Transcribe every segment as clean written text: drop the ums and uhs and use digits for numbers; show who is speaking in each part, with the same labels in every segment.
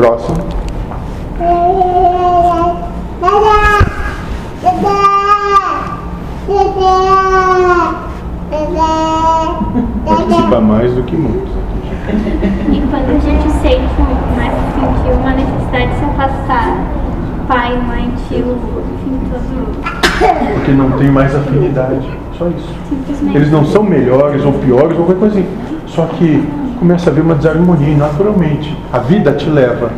Speaker 1: Próximo. Participa mais do que muitos.
Speaker 2: E quando a gente sente uma necessidade de se afastar, pai, mãe, tio, enfim, todo mundo.
Speaker 1: Porque não tem mais afinidade. Só isso.
Speaker 2: Simplesmente.
Speaker 1: Eles não são melhores ou piores ou qualquer coisa assim. Só que começa a haver uma desarmonia naturalmente. A vida te leva.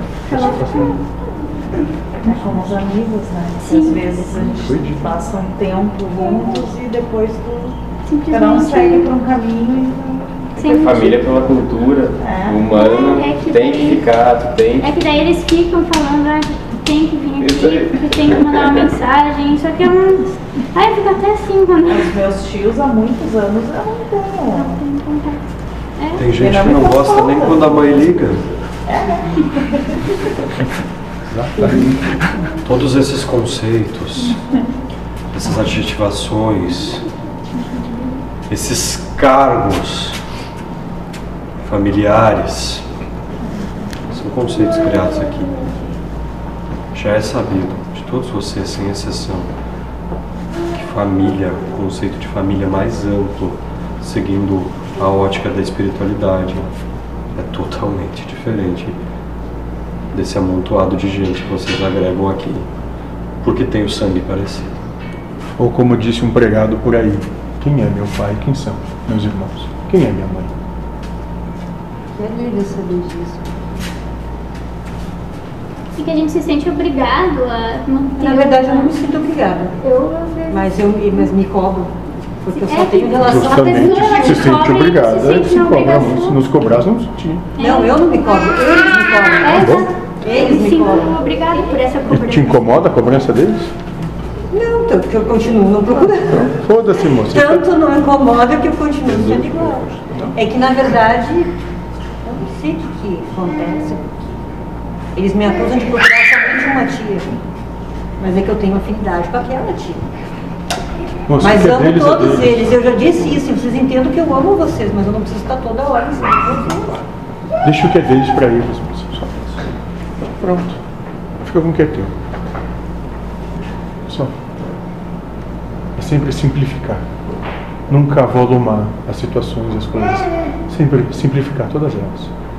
Speaker 3: Nós somos amigos, né?
Speaker 2: Sim.
Speaker 3: Às vezes a gente passa um tempo juntos e depois cada um
Speaker 2: Simplesmente.
Speaker 3: segue por um caminho
Speaker 2: Sim.
Speaker 4: Família pela cultura humana, tem que ficar, tu tem que...
Speaker 2: É que daí eles ficam falando, ah, tu tem que vir
Speaker 4: Isso aí.
Speaker 2: aqui, tu tem que mandar uma mensagio, só que eu não... Ai, eu fico até assim, quando eu
Speaker 3: Os meus tios há muitos anos eu não tenho.
Speaker 2: tenho contato.
Speaker 5: Tem gente que não gosta nem quando a mãe liga. Todos esses conceitos, essas adjetivações, esses cargos familiares, são conceitos criados aqui. Já é sabido de todos vocês, sem exceção, que família, o conceito de família mais amplo, seguindo a ótica da espiritualidade, é totalmente diferente desse amontoado de gente que vocês agregam aqui, porque tem o sangue parecido.
Speaker 1: Ou como disse um pregado por aí, quem é meu pai? Quem são meus irmãos? Quem é minha mãe?
Speaker 6: É lindo saber disso.
Speaker 2: E que a gente se sente obrigado a manter.
Speaker 6: Na verdade, eu não me sinto obrigada. Mas me cobro. Porque eu só tenho relação a
Speaker 1: Justamente
Speaker 2: pessoa,
Speaker 1: se sente
Speaker 2: cobre,
Speaker 1: obrigada,
Speaker 2: se sente
Speaker 1: se
Speaker 2: na
Speaker 1: cobra
Speaker 2: obrigação.
Speaker 1: muito. Se nos cobrasse, não sentia.
Speaker 6: Não, eu não me cobro, eles me cobram. Eles me
Speaker 2: Sinto
Speaker 6: cobram.
Speaker 2: obrigado por essa cobrança.
Speaker 1: Te incomoda a cobrança deles?
Speaker 6: Não, tanto que eu continuo não procurando.
Speaker 1: Foda-se, moça.
Speaker 6: Tanto não incomoda que eu continuo sendo igual. É que, na verdade, eu não sei o que acontece. Eles me acusam de procurar somente uma tia. Mas é que eu tenho afinidade com aquela tia.
Speaker 1: Moça,
Speaker 6: Mas
Speaker 1: que é
Speaker 6: amo
Speaker 1: deles, é
Speaker 6: todos
Speaker 1: deles.
Speaker 6: eles. Eu já disse isso. Vocês entendam que eu amo vocês, mas eu não preciso estar toda hora em cima de vocês.
Speaker 1: Deixa o que é deles pra eles, moça. Só isso. Pronto. Fica com o que é teu. Só. É sempre simplificar. Nunca volumar as situações e as coisas. Sempre simplificar todas elas.